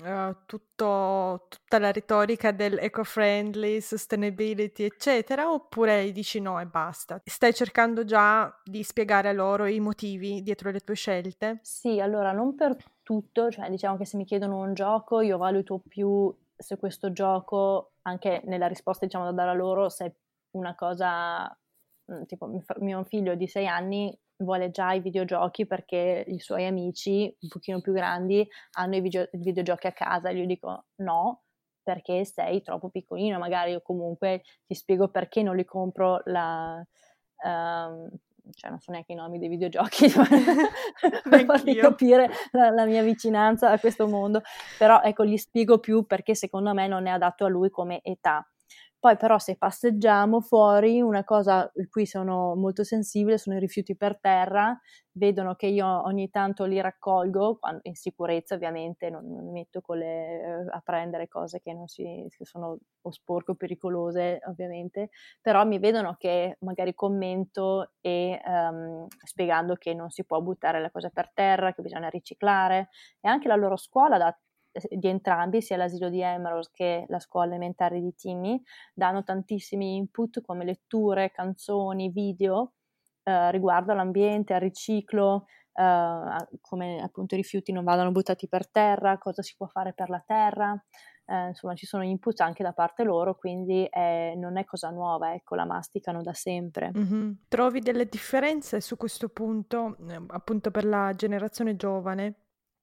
tutta la retorica del eco-friendly, sustainability, eccetera, oppure gli dici no e basta? Stai cercando già di spiegare a loro i motivi dietro le tue scelte? Sì, allora non per tutto, cioè diciamo che se mi chiedono un gioco io valuto più se questo gioco, anche nella risposta diciamo da dare a loro, se è una cosa, tipo mio figlio di 6 anni vuole già i videogiochi perché i suoi amici un pochino più grandi hanno i videogiochi a casa, e io dico no, perché sei troppo piccolino, magari, o comunque ti spiego perché non li compro ehm, cioè non so neanche i nomi dei videogiochi per farvi Neanch'io. capire la mia vicinanza a questo mondo, però ecco, gli spiego più perché secondo me non è adatto a lui come età. Poi però se passeggiamo fuori, una cosa di cui sono molto sensibile sono i rifiuti per terra, vedono che io ogni tanto li raccolgo, in sicurezza ovviamente, non mi metto a prendere cose che sono o sporche o pericolose ovviamente, però mi vedono che magari commento e spiegando che non si può buttare le cose per terra, che bisogna riciclare, e anche la loro scuola di entrambi, sia l'asilo di Emerald che la scuola elementare di Timmy, danno tantissimi input come letture, canzoni, video riguardo all'ambiente, al riciclo, come appunto i rifiuti non vadano buttati per terra, cosa si può fare per la terra. Insomma, ci sono input anche da parte loro, quindi non è cosa nuova, ecco, la masticano da sempre. Mhm. Trovi delle differenze su questo punto, appunto per la generazione giovane,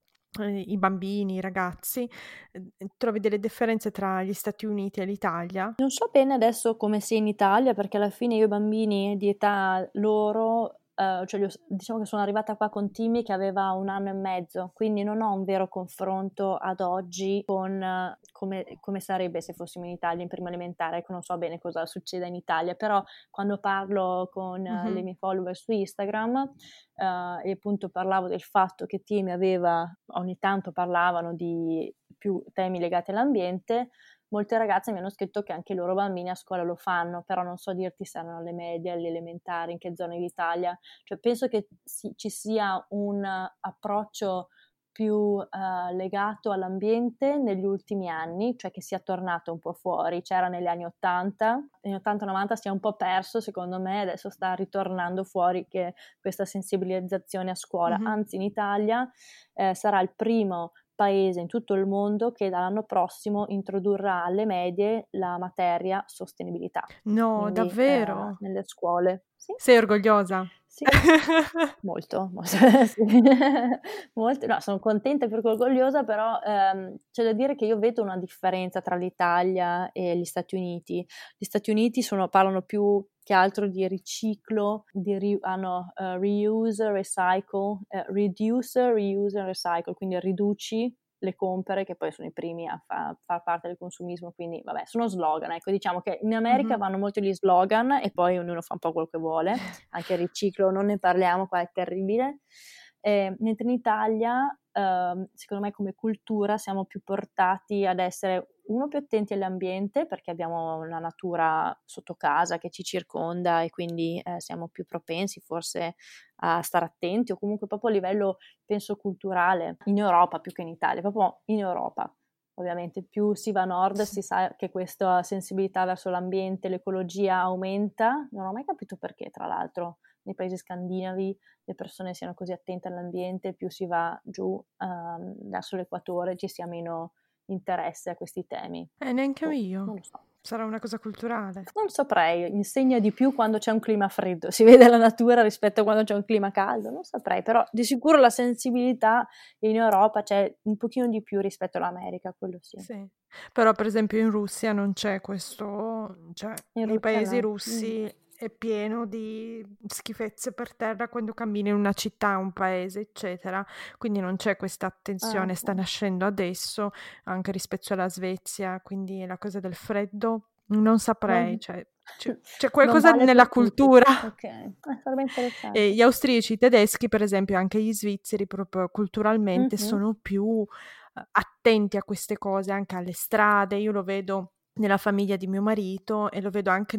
i bambini, i ragazzi, trovi delle differenze tra gli Stati Uniti e l'Italia? Non so bene adesso come sia in Italia, perché alla fine io i bambini di età loro, cioè diciamo che sono arrivata qua con Timmy che aveva 1 anno e mezzo, quindi non ho un vero confronto ad oggi con come sarebbe se fossimo in Italia in prima elementare. Ecco, non so bene cosa succeda in Italia, però quando parlo con le Mhm. mie follower su Instagram, e appunto parlavo del fatto che Timmy ogni tanto parlavano di più temi legati all'ambiente. Molte ragazze mi hanno scritto che anche i loro bambini a scuola lo fanno, però non so dirti se erano alle medie, alle elementari, in che zone d'Italia. Cioè penso che ci sia un approccio più legato all'ambiente negli ultimi anni, cioè che sia tornato un po' fuori. C'era negli anni 80, negli 80-90 si è un po' perso secondo me, adesso sta ritornando fuori che questa sensibilizzazione a scuola. Mhm. Anzi, in Italia sarà il primo paese in tutto il mondo che dall'anno prossimo introdurrà alle medie la materia sostenibilità, No, quindi davvero? nelle scuole. Sì. Sei orgogliosa? Sì, molto, sì. Molto, no, sono contenta e per orgogliosa, però c'è da dire che io vedo una differenza tra l'Italia e gli Stati Uniti. Gli Stati Uniti parlano più che altro di riciclo, hanno reuse, recycle, reduce, reuse and recycle, quindi riduci le compere, che poi sono i primi a far parte del consumismo, quindi vabbè, sono slogan, ecco, diciamo che in America vanno molto gli slogan e poi ognuno fa un po' quello che vuole, anche il riciclo non ne parliamo, qua è terribile, mentre in Italia, secondo me come cultura siamo più portati ad essere più attenti all'ambiente, perché abbiamo la natura sotto casa che ci circonda e quindi siamo più propensi forse a stare attenti, o comunque proprio a livello, penso, culturale, in Europa più che in Italia, proprio in Europa. Ovviamente più si va a nord si sa che questa sensibilità verso l'ambiente, l'ecologia aumenta. Non ho mai capito perché, tra l'altro, nei paesi scandinavi le persone siano così attente all'ambiente, più si va giù verso l'equatore ci sia meno interesse a questi temi. Neanche Non io. lo so. Sarà una cosa culturale. Non saprei, insegna di più quando c'è un clima freddo, si vede la natura rispetto a quando c'è un clima caldo, non saprei, però di sicuro la sensibilità in Europa c'è un pochino di più rispetto all'America, quello sì. Sì. Però per esempio in Russia non c'è questo, cioè In nei Russia paesi no. russi è pieno di schifezze per terra quando cammini in una città, un paese, eccetera. Quindi non c'è questa Ah, attenzione, sta ok. nascendo adesso anche rispetto alla Svezia, quindi la cosa del freddo non saprei, Non, cioè c'è non qualcosa vale nella per tutti. cultura. Ok, sarebbe E interessante. gli austriaci, i tedeschi, per esempio, anche gli svizzeri, proprio culturalmente, Mhm. sono più attenti a queste cose, anche alle strade. Io lo vedo nella famiglia di mio marito e lo vedo anche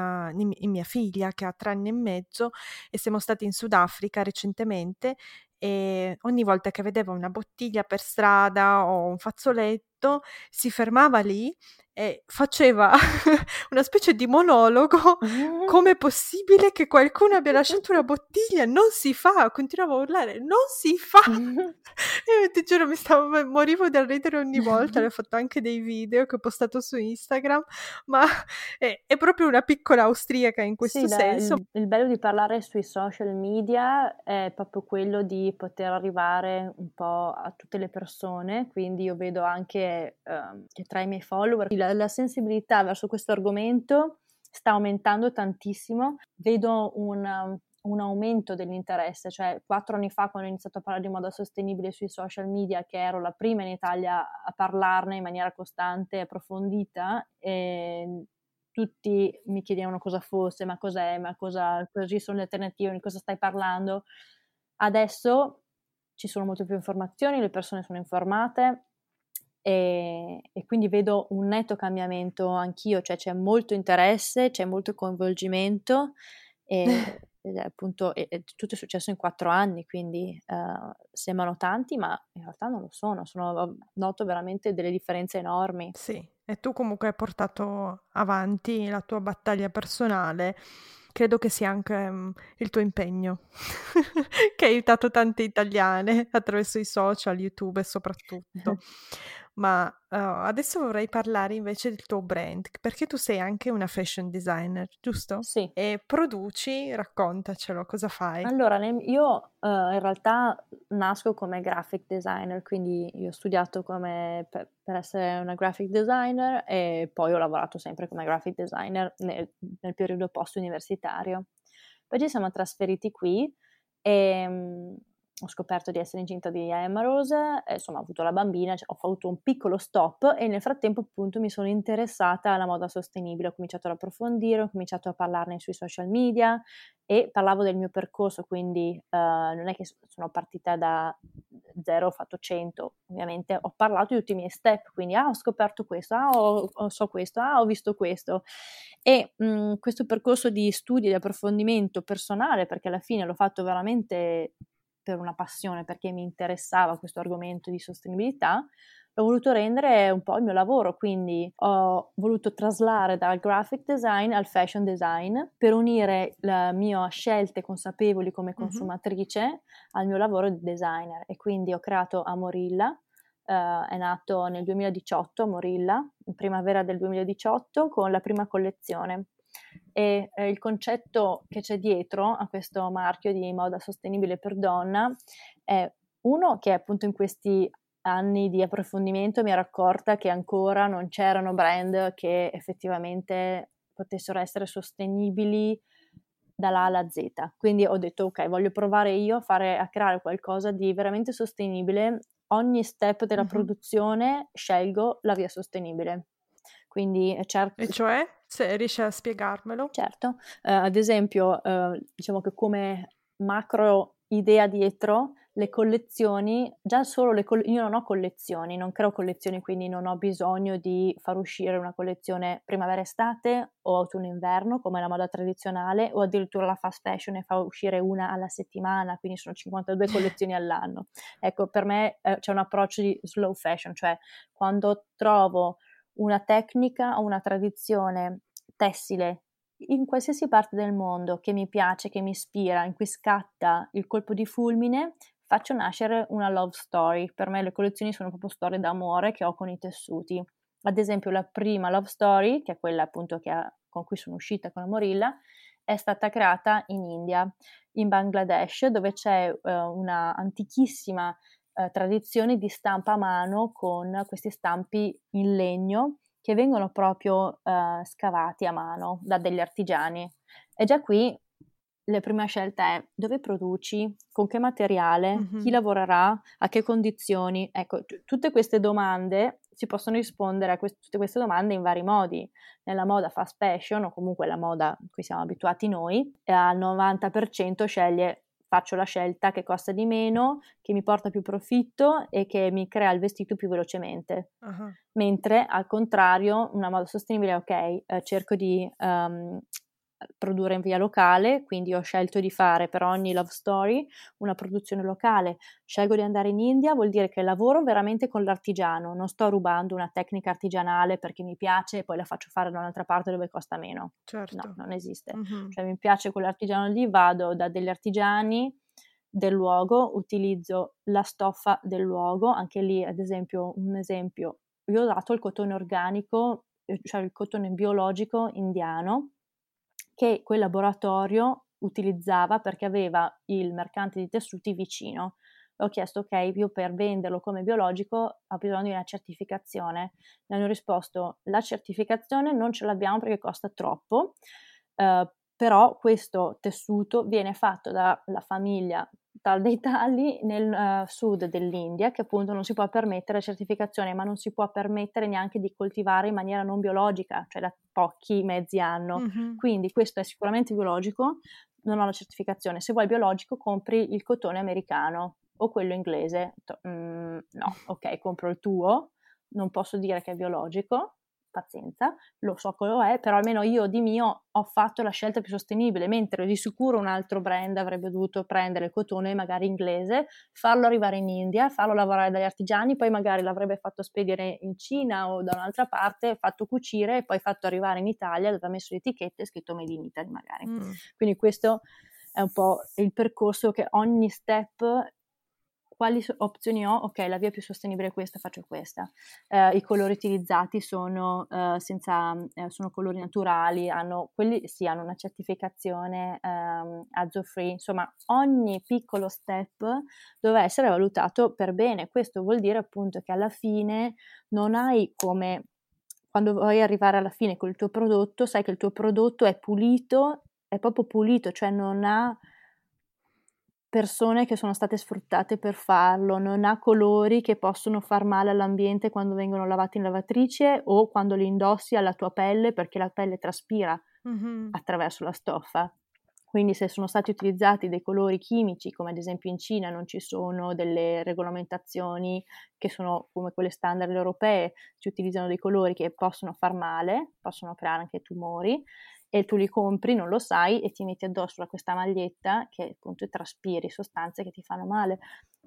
in mia figlia che ha 3 anni e mezzo e siamo stati in Sudafrica recentemente e ogni volta che vedeva una bottiglia per strada o un fazzoletto si fermava lì e faceva una specie di monologo. Com'è possibile che qualcuno abbia lasciato una bottiglia? Non si fa! Continuavo a urlare, non si fa! E ti giuro, morivo da ridere ogni volta. Le ho fatto anche dei video che ho postato su Instagram, ma è proprio una piccola austriaca in questo Sì, senso. il bello di parlare sui social media è proprio quello di poter arrivare un po' a tutte le persone, quindi io vedo anche che tra i miei follower la sensibilità verso questo argomento sta aumentando tantissimo, vedo un aumento dell'interesse, cioè 4 anni fa quando ho iniziato a parlare di moda sostenibile sui social media, che ero la prima in Italia a parlarne in maniera costante e approfondita, tutti mi chiedevano cosa fosse, ma cos'è, ma così sono le alternative, di cosa stai parlando. Adesso ci sono molte più informazioni, le persone sono informate e quindi vedo un netto cambiamento anch'io, cioè c'è molto interesse, c'è molto coinvolgimento ed è appunto e tutto è successo in 4 anni, quindi sembrano tanti, ma in realtà non lo sono, noto veramente delle differenze enormi. Sì, e tu comunque hai portato avanti la tua battaglia personale. Credo che sia anche il tuo impegno, che ha aiutato tante italiane attraverso i social, YouTube soprattutto. Ma adesso vorrei parlare invece del tuo brand, perché tu sei anche una fashion designer, giusto? Sì. E produci, raccontacelo, cosa fai? Allora, io in realtà nasco come graphic designer, quindi io ho studiato per essere una graphic designer e poi ho lavorato sempre come graphic designer nel periodo post-universitario. Poi ci siamo trasferiti qui e ho scoperto di essere incinta di Emma Rose, e, insomma ho avuto la bambina, cioè, ho avuto un piccolo stop e nel frattempo appunto mi sono interessata alla moda sostenibile, ho cominciato ad approfondire, ho cominciato a parlarne sui social media e parlavo del mio percorso, quindi non è che sono partita da 0, ho fatto 100, ovviamente ho parlato di tutti i miei step, quindi ho scoperto questo, so questo, ho visto questo e questo percorso di studio e di approfondimento personale, perché alla fine l'ho fatto veramente per una passione, perché mi interessava questo argomento di sostenibilità, l'ho voluto rendere un po' il mio lavoro, quindi ho voluto traslare dal graphic design al fashion design per unire le mie scelte consapevoli come Mhm. consumatrice al mio lavoro di designer e quindi ho creato Amorilla, è nato nel 2018 Amorilla, in primavera del 2018 con la prima collezione E il concetto che c'è dietro a questo marchio di moda sostenibile per donna è uno che appunto in questi anni di approfondimento mi ero accorta che ancora non c'erano brand che effettivamente potessero essere sostenibili dalla A alla Z. Quindi ho detto ok, voglio provare io a creare qualcosa di veramente sostenibile. Ogni step della produzione scelgo la via sostenibile. Quindi E cioè, se riesci a spiegarmelo? certo, ad esempio, diciamo che come macro idea dietro, le collezioni, già solo io non ho collezioni, non creo collezioni, quindi non ho bisogno di far uscire una collezione primavera-estate o autunno-inverno, come la moda tradizionale, o addirittura la fast fashion ne fa uscire una alla settimana, quindi sono 52 collezioni all'anno. Ecco, per me c'è un approccio di slow fashion, cioè quando trovo una tecnica o una tradizione tessile in qualsiasi parte del mondo che mi piace, che mi ispira, in cui scatta il colpo di fulmine, faccio nascere una love story. Per me le collezioni sono proprio storie d'amore che ho con i tessuti. Ad esempio la prima love story, che è quella appunto con cui sono uscita con la Morilla, è stata creata in India, in Bangladesh, dove c'è una antichissima tradizione di stampa a mano con questi stampi in legno che vengono proprio scavati a mano da degli artigiani. E già qui la prima scelta è dove produci, con che materiale, chi lavorerà, a che condizioni. Ecco, tutte queste domande si possono rispondere a tutte queste domande in vari modi. Nella moda fast fashion, o comunque la moda a cui siamo abituati noi, al 90% faccio la scelta che costa di meno, che mi porta più profitto e che mi crea il vestito più velocemente. Mentre al contrario, una moda sostenibile, ok, cerco di produrre in via locale, quindi ho scelto di fare per ogni love story una produzione locale. Scelgo di andare in India, vuol dire che lavoro veramente con l'artigiano, non sto rubando una tecnica artigianale perché mi piace e poi la faccio fare da un'altra parte dove costa meno. Certo. No, non esiste. Cioè mi piace quell'artigiano lì, vado da degli artigiani del luogo, utilizzo la stoffa del luogo, anche lì ad esempio, io ho dato il cotone organico, cioè il cotone biologico indiano, che quel laboratorio utilizzava perché aveva il mercante di tessuti vicino. Ho chiesto, ok, io per venderlo come biologico ho bisogno di una certificazione. Mi hanno risposto, la certificazione non ce l'abbiamo perché costa troppo, però questo tessuto viene fatto dalla famiglia tal dei tali nel sud dell'India, che appunto non si può permettere la certificazione, ma non si può permettere neanche di coltivare in maniera non biologica, cioè da pochi mezzi anno. Quindi questo è sicuramente biologico, non ho la certificazione. Se vuoi biologico compri il cotone americano o quello inglese. No, ok, compro il tuo, non posso dire che è biologico, pazienza, lo so quello è, però almeno io di mio ho fatto la scelta più sostenibile, mentre di sicuro un altro brand avrebbe dovuto prendere il cotone magari inglese, farlo arrivare in India, farlo lavorare dagli artigiani, poi magari l'avrebbe fatto spedire in Cina o da un'altra parte, fatto cucire e poi fatto arrivare in Italia dove ha messo l'etichetta e scritto Made in Italy magari. Quindi questo è un po' il percorso che ogni step, quali opzioni ho? Ok, la via più sostenibile è questa, faccio questa. I colori utilizzati sono sono colori naturali, quelli sì, hanno una certificazione azo free, insomma ogni piccolo step deve essere valutato per bene. Questo vuol dire appunto che alla fine non hai come, quando vuoi arrivare alla fine col tuo prodotto, sai che il tuo prodotto è pulito, è proprio pulito, cioè non ha persone che sono state sfruttate per farlo, non ha colori che possono far male all'ambiente quando vengono lavati in lavatrice o quando li indossi alla tua pelle, perché la pelle traspira attraverso la stoffa. Quindi se sono stati utilizzati dei colori chimici, come ad esempio in Cina non ci sono delle regolamentazioni che sono come quelle standard europee, si utilizzano dei colori che possono far male, possono creare anche tumori, e tu li compri, non lo sai, e ti metti addosso a questa maglietta che appunto traspiri sostanze che ti fanno male.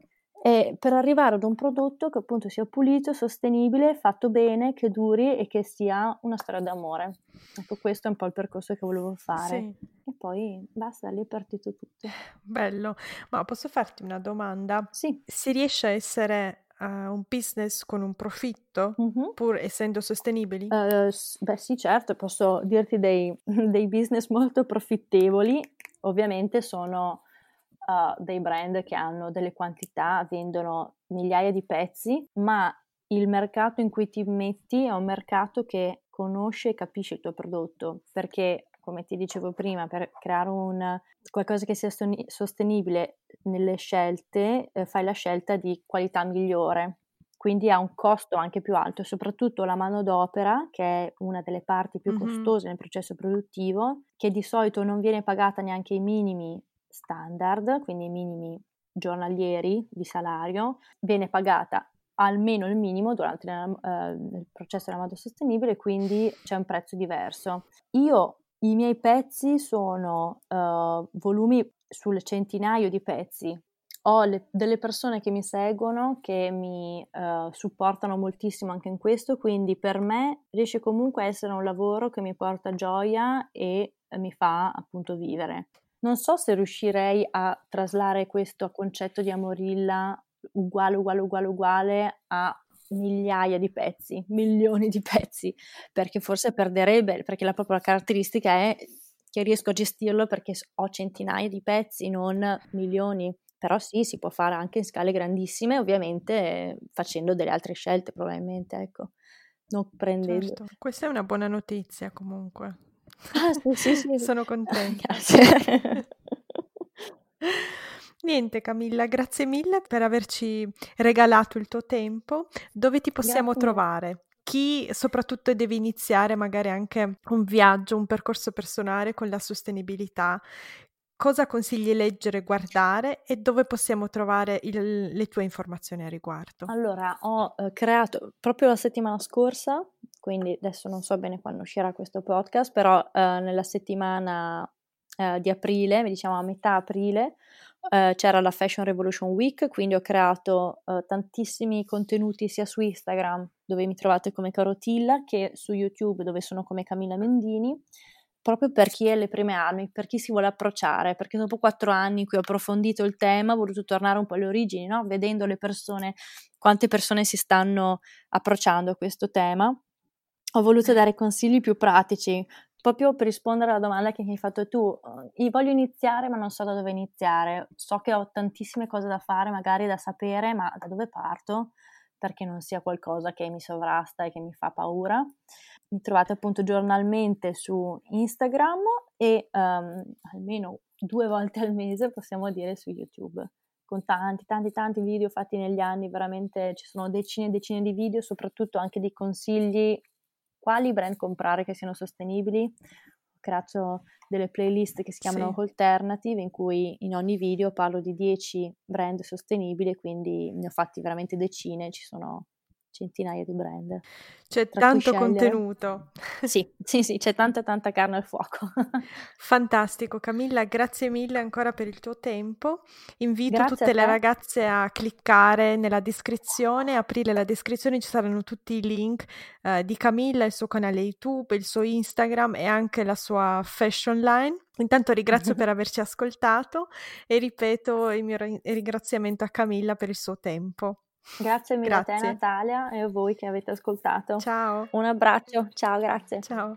E per arrivare ad un prodotto che appunto sia pulito, sostenibile, fatto bene, che duri e che sia una storia d'amore. Ecco, questo è un po' il percorso che volevo fare. Sì. E poi basta, lì è partito tutto. Bello. Ma posso farti una domanda? Sì. Si riesce a essere un business con un profitto, Mhm. pur essendo sostenibili? Beh sì, certo, posso dirti dei business molto profittevoli. Ovviamente sono dei brand che hanno delle quantità, vendono migliaia di pezzi, ma il mercato in cui ti metti è un mercato che conosce e capisce il tuo prodotto, perché come ti dicevo prima, per creare qualcosa che sia sostenibile nelle scelte, fai la scelta di qualità migliore. Quindi ha un costo anche più alto e soprattutto la manodopera, che è una delle parti più costose nel processo produttivo, che di solito non viene pagata neanche i minimi standard, quindi i minimi giornalieri di salario, viene pagata almeno il minimo durante il processo della moda sostenibile, quindi c'è un prezzo diverso. I miei pezzi sono volumi sulle centinaio di pezzi. Ho delle persone che mi seguono, che mi supportano moltissimo anche in questo, quindi per me riesce comunque a essere un lavoro che mi porta gioia e mi fa appunto vivere. Non so se riuscirei a traslare questo concetto di Amorilla uguale a migliaia di pezzi, milioni di pezzi, perché forse perderebbe, perché propria caratteristica è che riesco a gestirlo perché ho centinaia di pezzi, non milioni. Però sì, si può fare anche in scale grandissime, ovviamente facendo delle altre scelte probabilmente, ecco, non prendendo. Certo, questa è una buona notizia comunque. Ah sì. Sono contenta. Grazie. Niente Camilla, grazie mille per averci regalato il tuo tempo. Dove ti possiamo Grazie mille. trovare? Chi soprattutto deve iniziare magari anche un viaggio, un percorso personale con la sostenibilità, cosa consigli leggere, guardare e dove possiamo trovare le tue informazioni a riguardo? Allora, ho creato proprio la settimana scorsa, quindi adesso non so bene quando uscirà questo podcast, però nella settimana di aprile, diciamo a metà aprile, c'era la Fashion Revolution Week, quindi ho creato tantissimi contenuti sia su Instagram, dove mi trovate come Carotilla, che su YouTube, dove sono come Camilla Mendini, proprio per chi è alle prime armi, per chi si vuole approcciare, perché dopo 4 anni in cui ho approfondito il tema, ho voluto tornare un po' alle origini, no? Vedendo le persone, quante persone si stanno approcciando a questo tema, ho voluto dare consigli più pratici, proprio per rispondere alla domanda che mi hai fatto tu. Io voglio iniziare ma non so da dove iniziare, so che ho tantissime cose da fare, magari da sapere, ma da dove parto? Perché non sia qualcosa che mi sovrasta e che mi fa paura. Mi trovate appunto giornalmente su Instagram e almeno 2 volte al mese, possiamo dire, su YouTube, con tanti video fatti negli anni, veramente ci sono decine e decine di video, soprattutto anche di consigli, quali brand comprare che siano sostenibili. Ho creato delle playlist che si chiamano Sì. Alternative, in cui in ogni video parlo di 10 brand sostenibili, quindi ne ho fatti veramente decine, ci sono centinaia di brand. C'è Tra cui tanto scegliere. contenuto. Sì, c'è tanta carne al fuoco. Fantastico, Camilla, grazie mille ancora per il tuo tempo. Invito Grazie a tutte le te. ragazze a cliccare nella descrizione, aprire la descrizione, ci saranno tutti i link di Camilla, il suo canale YouTube, il suo Instagram e anche la sua fashion line. Intanto ringrazio per averci ascoltato e ripeto il mio ringraziamento a Camilla per il suo tempo. Grazie mille a te Grazie. Natalia e a voi che avete ascoltato. Ciao. Un abbraccio, ciao, grazie. Ciao.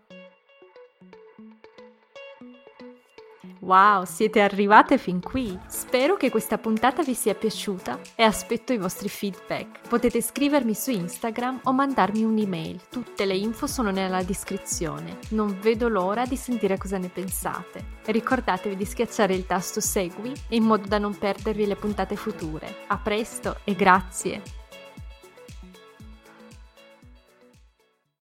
Wow, siete arrivate fin qui! Spero che questa puntata vi sia piaciuta e aspetto i vostri feedback. Potete scrivermi su Instagram o mandarmi un'email. Tutte le info sono nella descrizione. Non vedo l'ora di sentire cosa ne pensate. Ricordatevi di schiacciare il tasto segui in modo da non perdervi le puntate future. A presto e grazie!